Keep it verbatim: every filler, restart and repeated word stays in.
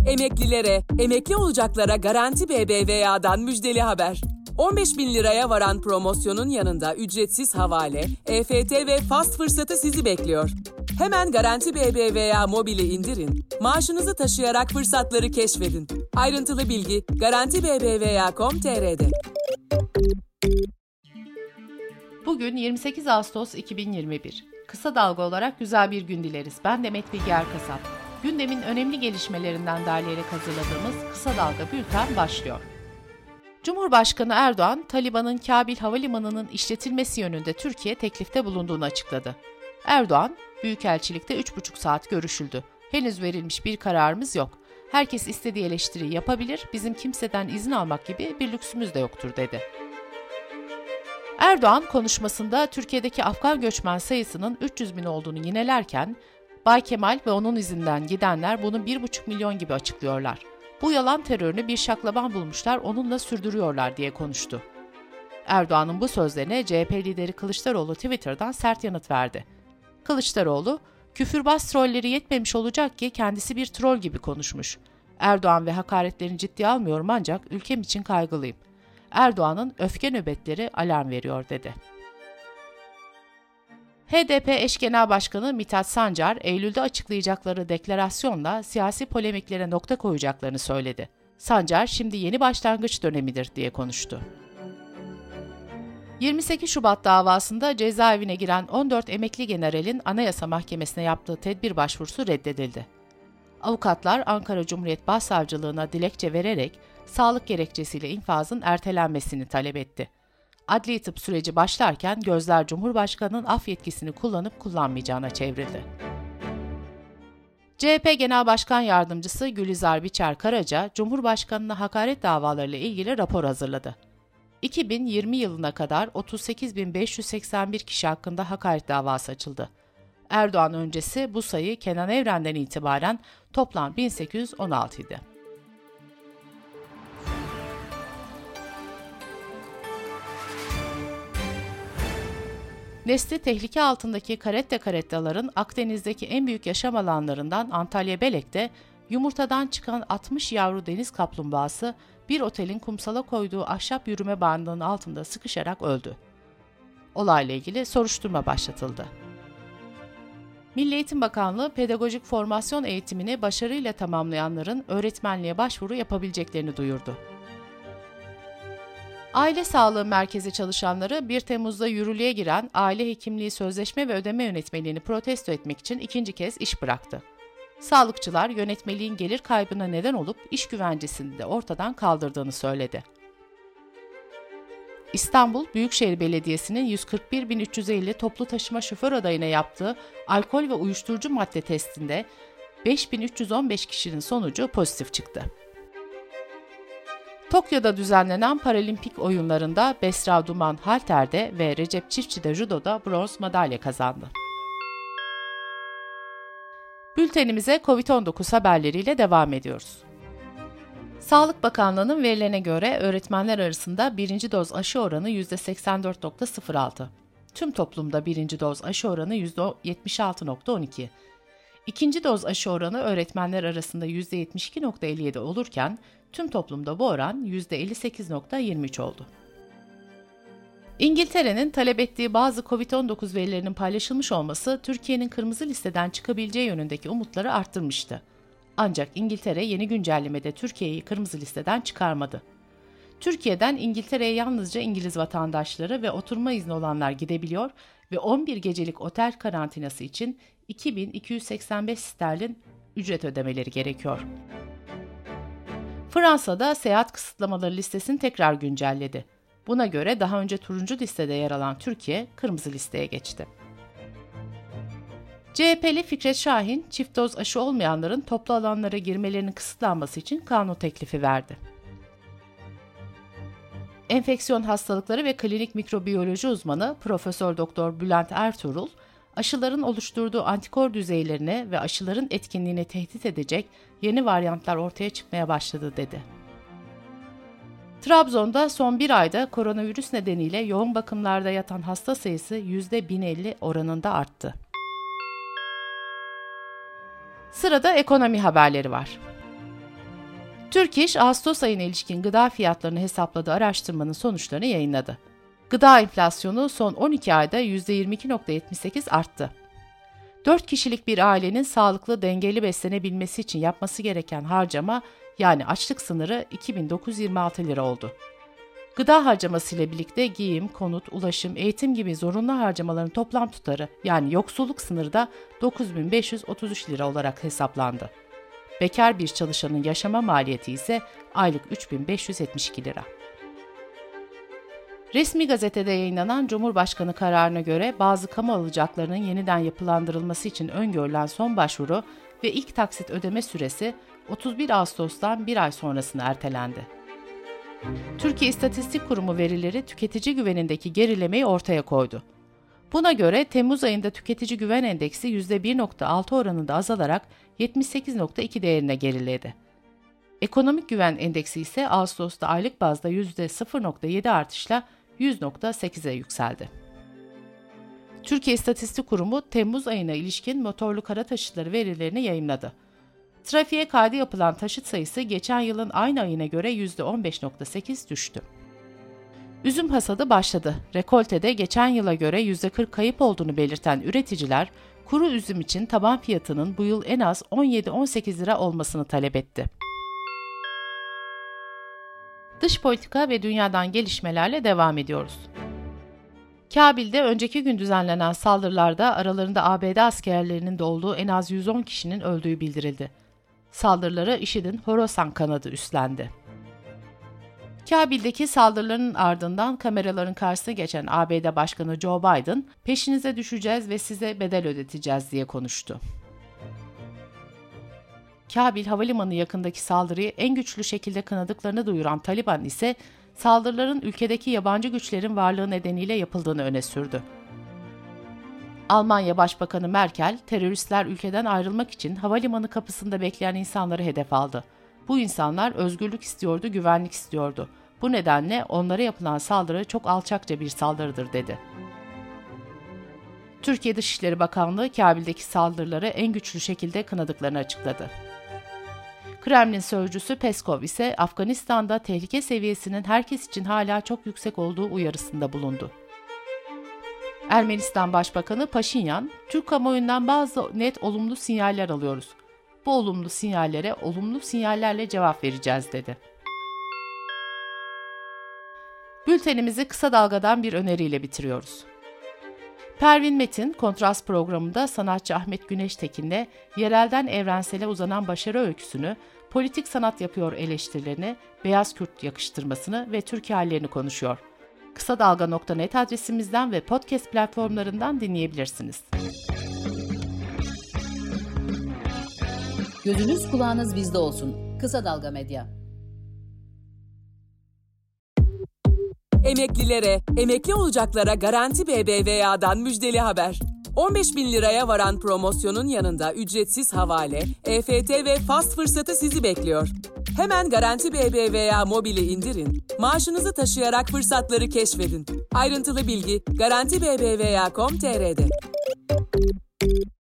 Emeklilere, emekli olacaklara Garanti B B V A'dan müjdeli haber. on beş bin liraya varan promosyonun yanında ücretsiz havale, E F T ve fast fırsatı sizi bekliyor. Hemen Garanti B B V A mobili indirin, maaşınızı taşıyarak fırsatları keşfedin. Ayrıntılı bilgi garanti b b v a nokta com nokta t r'de. Bugün yirmi sekiz Ağustos iki bin yirmi bir. Kısa Dalga olarak güzel bir gün dileriz. Ben Demet Bilge Erkasap. Gündemin önemli gelişmelerinden derleyerek hazırladığımız Kısa Dalga Bülten başlıyor. Cumhurbaşkanı Erdoğan, Taliban'ın Kabil Havalimanı'nın işletilmesi yönünde Türkiye teklifte bulunduğunu açıkladı. Erdoğan, Büyükelçilikte üç buçuk saat görüşüldü. Henüz verilmiş bir kararımız yok. Herkes istediği eleştiriyi yapabilir, bizim kimseden izin almak gibi bir lüksümüz de yoktur dedi. Erdoğan konuşmasında Türkiye'deki Afgan göçmen sayısının üç yüz bin olduğunu yinelerken, Bay Kemal ve onun izinden gidenler bunu bir buçuk milyon gibi açıklıyorlar. Bu yalan terörünü bir şaklaban bulmuşlar, onunla sürdürüyorlar diye konuştu. Erdoğan'ın bu sözlerine C H P lideri Kılıçdaroğlu Twitter'dan sert yanıt verdi. Kılıçdaroğlu, küfürbaz trolleri yetmemiş olacak ki kendisi bir troll gibi konuşmuş. Erdoğan ve hakaretlerini ciddiye almıyorum ancak ülkem için kaygılıyım. Erdoğan'ın öfke nöbetleri alarm veriyor dedi. H D P eş genel başkanı Mithat Sancar, Eylül'de açıklayacakları deklarasyonla siyasi polemiklere nokta koyacaklarını söyledi. Sancar, şimdi yeni başlangıç dönemidir diye konuştu. yirmi sekiz Şubat davasında cezaevine giren on dört emekli generalin Anayasa Mahkemesi'ne yaptığı tedbir başvurusu reddedildi. Avukatlar Ankara Cumhuriyet Başsavcılığına dilekçe vererek sağlık gerekçesiyle infazın ertelenmesini talep etti. Adli tıp süreci başlarken gözler Cumhurbaşkanı'nın af yetkisini kullanıp kullanmayacağına çevrildi. C H P Genel Başkan Yardımcısı Gülizar Biçer Karaca, Cumhurbaşkanı'na hakaret davalarıyla ilgili rapor hazırladı. iki bin yirmi yılına kadar otuz sekiz bin beş yüz seksen bir kişi hakkında hakaret davası açıldı. Erdoğan öncesi bu sayı Kenan Evren'den itibaren toplam bin sekiz yüz on altı idi. Nesli tehlike altındaki karette karettaların Akdeniz'deki en büyük yaşam alanlarından Antalya Belek'te yumurtadan çıkan altmış yavru deniz kaplumbağası bir otelin kumsala koyduğu ahşap yürüme bandının altında sıkışarak öldü. Olayla ilgili soruşturma başlatıldı. Milli Eğitim Bakanlığı pedagojik formasyon eğitimini başarıyla tamamlayanların öğretmenliğe başvuru yapabileceklerini duyurdu. Aile Sağlığı Merkezi çalışanları bir Temmuz'da yürürlüğe giren aile hekimliği sözleşme ve ödeme yönetmeliğini protesto etmek için ikinci kez iş bıraktı. Sağlıkçılar yönetmeliğin gelir kaybına neden olup iş güvencesini de ortadan kaldırdığını söyledi. İstanbul Büyükşehir Belediyesi'nin yüz kırk bir bin üç yüz elli toplu taşıma şoför adayına yaptığı alkol ve uyuşturucu madde testinde beş bin üç yüz on beş kişinin sonucu pozitif çıktı. Tokyo'da düzenlenen Paralimpik oyunlarında Besra Duman halterde ve Recep Çiftçi de judoda bronz madalya kazandı. Bültenimize kovid on dokuz haberleriyle devam ediyoruz. Sağlık Bakanlığı'nın verilerine göre öğretmenler arasında birinci doz aşı oranı yüzde seksen dört virgül sıfır altı. Tüm toplumda birinci doz aşı oranı yüzde yetmiş altı virgül on iki. İkinci doz aşı oranı öğretmenler arasında yüzde yetmiş iki virgül elli yedi olurken tüm toplumda bu oran yüzde elli sekiz virgül yirmi üç oldu. İngiltere'nin talep ettiği bazı kovid on dokuz verilerinin paylaşılmış olması Türkiye'nin kırmızı listeden çıkabileceği yönündeki umutları arttırmıştı. Ancak İngiltere yeni güncellemede Türkiye'yi kırmızı listeden çıkarmadı. Türkiye'den İngiltere'ye yalnızca İngiliz vatandaşları ve oturma izni olanlar gidebiliyor ve on bir gecelik otel karantinası için iki bin iki yüz seksen beş sterlin ücret ödemeleri gerekiyor. Fransa'da seyahat kısıtlamaları listesini tekrar güncelledi. Buna göre daha önce turuncu listede yer alan Türkiye, kırmızı listeye geçti. C H P'li Fikret Şahin, çift doz aşı olmayanların toplu alanlara girmelerinin kısıtlanması için kanun teklifi verdi. Enfeksiyon hastalıkları ve klinik mikrobiyoloji uzmanı Profesör Doktor Bülent Ertuğrul, aşıların oluşturduğu antikor düzeylerini ve aşıların etkinliğini tehdit edecek yeni varyantlar ortaya çıkmaya başladı dedi. Trabzon'da son bir ayda koronavirüs nedeniyle yoğun bakımlarda yatan hasta sayısı yüzde bin elli oranında arttı. Sırada ekonomi haberleri var. Türk İş, Ağustos ayına ilişkin gıda fiyatlarını hesapladığı araştırmanın sonuçlarını yayınladı. Gıda enflasyonu son on iki ayda yüzde yirmi iki virgül yetmiş sekiz arttı. dört kişilik bir ailenin sağlıklı, dengeli beslenebilmesi için yapması gereken harcama, yani açlık sınırı iki bin dokuz yüz yirmi altı lira oldu. Gıda harcaması ile birlikte giyim, konut, ulaşım, eğitim gibi zorunlu harcamaların toplam tutarı, yani yoksulluk sınırı da dokuz bin beş yüz otuz üç lira olarak hesaplandı. Bekar bir çalışanın yaşama maliyeti ise aylık üç bin beş yüz yetmiş iki lira. Resmi gazetede yayınlanan Cumhurbaşkanı kararına göre bazı kamu alacaklarının yeniden yapılandırılması için öngörülen son başvuru ve ilk taksit ödeme süresi otuz bir Ağustos'tan bir ay sonrasına ertelendi. Türkiye İstatistik Kurumu verileri tüketici güvenindeki gerilemeyi ortaya koydu. Buna göre Temmuz ayında tüketici güven endeksi yüzde bir virgül altı oranında azalarak yetmiş sekiz virgül iki değerine geriledi. Ekonomik güven endeksi ise Ağustos'ta aylık bazda yüzde sıfır virgül yedi artışla yüz virgül sekize yükseldi. Türkiye İstatistik Kurumu Temmuz ayına ilişkin motorlu kara taşıtları verilerini yayımladı. Trafiğe kaydı yapılan taşıt sayısı geçen yılın aynı ayına göre yüzde on beş virgül sekiz düştü. Üzüm hasadı başladı. Rekoltede geçen yıla göre yüzde kırk kayıp olduğunu belirten üreticiler, kuru üzüm için taban fiyatının bu yıl en az on yedi on sekiz lira olmasını talep etti. Dış politika ve dünyadan gelişmelerle devam ediyoruz. Kabil'de önceki gün düzenlenen saldırılarda aralarında A B D askerlerinin de olduğu en az yüz on kişinin öldüğü bildirildi. Saldırıları IŞİD'in Horasan kanadı üstlendi. Kabil'deki saldırıların ardından kameraların karşısına geçen A B D Başkanı Joe Biden, "Peşinize düşeceğiz ve size bedel ödeteceğiz." diye konuştu. Kabil Havalimanı yakındaki saldırıyı en güçlü şekilde kınadıklarını duyuran Taliban ise saldırıların ülkedeki yabancı güçlerin varlığı nedeniyle yapıldığını öne sürdü. Almanya Başbakanı Merkel, teröristler ülkeden ayrılmak için havalimanı kapısında bekleyen insanları hedef aldı. Bu insanlar özgürlük istiyordu, güvenlik istiyordu. Bu nedenle onlara yapılan saldırı çok alçakça bir saldırıdır dedi. Türkiye Dışişleri Bakanlığı, Kabil'deki saldırıları en güçlü şekilde kınadıklarını açıkladı. Kremlin sözcüsü Peskov ise Afganistan'da tehlike seviyesinin herkes için hala çok yüksek olduğu uyarısında bulundu. Ermenistan Başbakanı Paşinyan, "Türk kamuoyundan bazı net olumlu sinyaller alıyoruz. Bu olumlu sinyallere olumlu sinyallerle cevap vereceğiz." dedi. Bültenimizi kısa dalgadan bir öneriyle bitiriyoruz. Pervin Metin, Kontrast programında sanatçı Ahmet Güneştekin'le yerelden evrensele uzanan başarı öyküsünü, politik sanat yapıyor eleştirilerini, beyaz Kürt yakıştırmasını ve Türkiye hallerini konuşuyor. kısa dalga nokta net adresimizden ve podcast platformlarından dinleyebilirsiniz. Gözünüz kulağınız bizde olsun. Kısa Dalga Medya. Emeklilere, emekli olacaklara Garanti B B V A'dan müjdeli haber. on beş bin liraya varan promosyonun yanında ücretsiz havale, E F T ve fast fırsatı sizi bekliyor. Hemen Garanti B B V A mobili indirin, maaşınızı taşıyarak fırsatları keşfedin. Ayrıntılı bilgi garanti b b v a nokta com nokta t r'de.